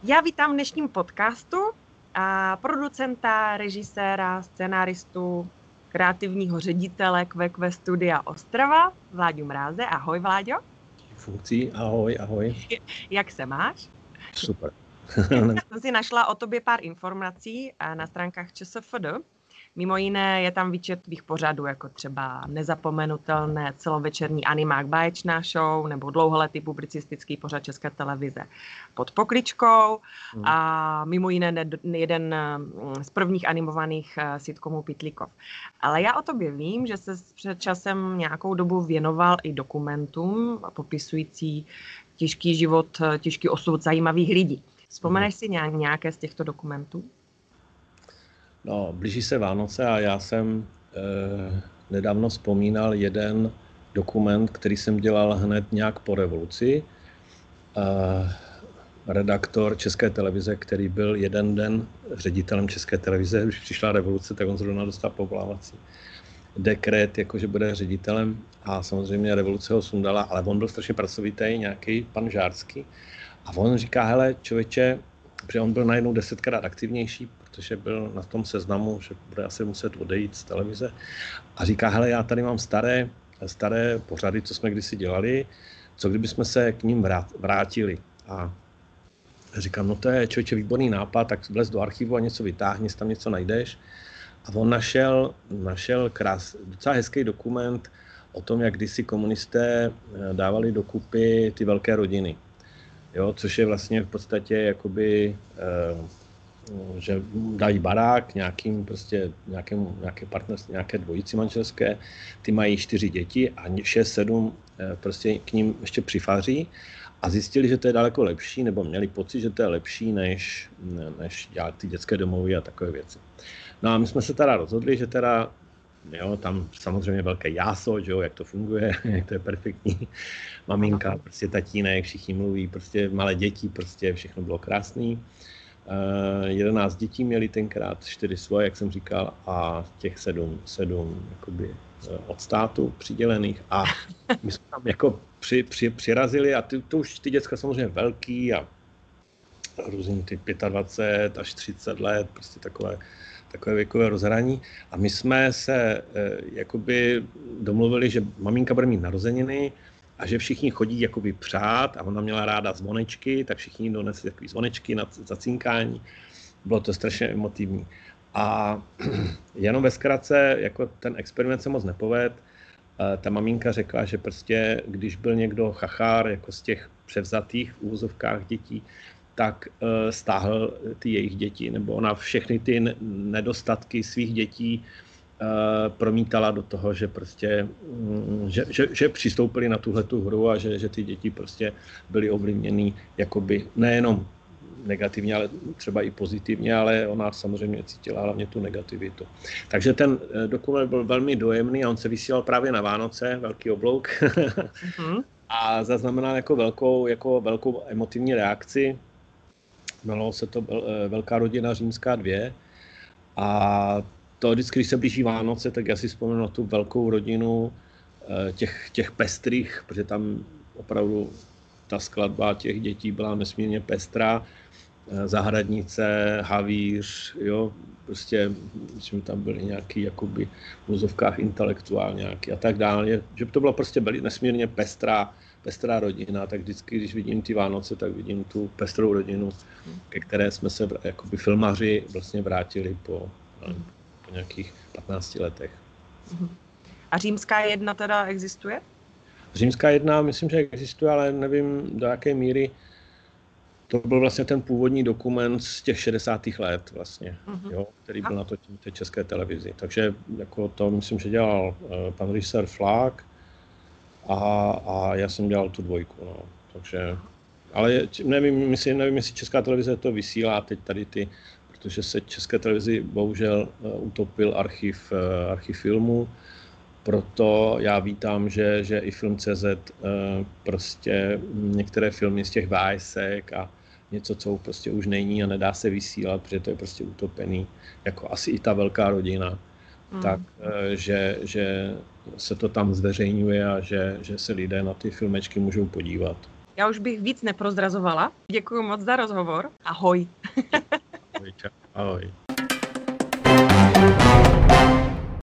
Já vítám v dnešním podcastu a producenta, režiséra, scenáristu, kreativního ředitele QQ Studia Ostrava, Vláďu Mráze. Ahoj, Vláďo. Funkcí, ahoj. Jak se máš? Super. Já jsem si našla o tobě pár informací na stránkách ČSFD. Mimo jiné je tam výčet tvých pořadů, jako třeba nezapomenutelné celovečerní animák Báječná show nebo dlouholetý publicistický pořad České televize Pod pokličkou a mimo jiné jeden z prvních animovaných sitcomů Pytlíkov. Ale já o tobě vím, že se před časem nějakou dobu věnoval i dokumentům popisující těžký život, těžký osud zajímavých lidí. Vzpomeneš si nějaké z těchto dokumentů? No, blíží se Vánoce a já jsem nedávno vzpomínal jeden dokument, který jsem dělal hned nějak po revoluci. Redaktor České televize, který byl jeden den ředitelem České televize, když přišla revoluce, tak on zrovna dostal povolávací dekret, jakože bude ředitelem a samozřejmě revoluce ho sundala, ale on byl strašně pracovitý, nějaký pan Žárský. A on říká, hele, člověče, protože on byl najednou 10krát aktivnější, protože byl na tom seznamu, že bude asi muset odejít z televize. A říká, hele, já tady mám staré pořady, co jsme kdysi dělali, co kdybychom se k ním vrátili. A říkám, no to je člověče výborný nápad, tak vlez do archivu a něco vytáhni, tam něco najdeš. A on našel docela hezký dokument o tom, jak kdysi komunisté dávali dokupy ty velké rodiny. Jo, což je vlastně v podstatě jakoby, že dají barák nějaké partnerství, nějaké dvojici manželské, ty mají 4 děti a 6-7 prostě k ním ještě přifaří a zjistili, že to je daleko lepší, nebo měli pocit, že to je lepší, než dělat ty dětské domovy a takové věci. No a my jsme se teda rozhodli, že teda, jo, tam samozřejmě velké jáso, že jo, jak to funguje, jak to je perfektní. Maminka, prostě tatínek, všichni mluví, prostě malé děti, prostě všechno bylo krásný. 11 dětí měli tenkrát, 4 svoje, jak jsem říkal, a těch 7 jakoby, od státu přidělených. A my jsme tam jako přirazili a to už ty děcka samozřejmě velký a různý ty 25 až 30 let, prostě takové věkové rozhraní. A my jsme se jakoby domluvili, že maminka bude mít narozeniny a že všichni chodí jakoby přát a ona měla ráda zvonečky, tak všichni donesli takové zvonečky na zacinkání. Bylo to strašně emotivní. A jenom ve zkratce, jako ten experiment se moc nepovedl. Ta maminka řekla, že prostě, když byl někdo chachár, jako z těch převzatých v úvozovkách dětí, tak stáhl ty jejich děti, nebo ona všechny ty nedostatky svých dětí promítala do toho, že prostě, že přistoupili na tuhletu hru a že ty děti prostě byly ovlivněny jakoby nejenom negativně, ale třeba i pozitivně, ale ona samozřejmě cítila hlavně tu negativitu. Takže ten dokument byl velmi dojemný a on se vysílal právě na Vánoce, velký oblouk, a zaznamenal jako velkou emotivní reakci. Jmenovalo se to Velká rodina římská 2 a to vždycky, když se blíží Vánoce, tak já si vzpomenu na tu velkou rodinu těch pestrých, protože tam opravdu ta skladba těch dětí byla nesmírně pestrá. Zahradnice, havíř, jo, prostě myslím, tam byly nějaký jakoby v úzovkách intelektuál nějaký a tak dále, že to byla prostě nesmírně pestrá rodina, tak vždycky, když vidím ty Vánoce, tak vidím tu pestrou rodinu, ke které jsme se jakoby filmaři vlastně vrátili po nějakých 15 letech. A Římská 1 teda existuje? Římská 1 myslím, že existuje, ale nevím do jaké míry. To byl vlastně ten původní dokument z těch 60. let vlastně, jo, který byl natočen v té České televizi. Takže jako to myslím, že dělal pan režisér Flák a já jsem dělal tu 2. No. Takže, ale nevím, jestli Česká televize to vysílá teď tady protože se České televizi bohužel utopil archiv filmů. Proto já vítám, že i Film.cz prostě některé filmy z těch VHSek a něco, co prostě už není a nedá se vysílat, protože to je prostě utopený, jako asi i ta Velká rodina, tak že se to tam zveřejňuje a že se lidé na ty filmečky můžou podívat. Já už bych víc neprozrazovala. Děkuji moc za rozhovor. Ahoj. Ahoj.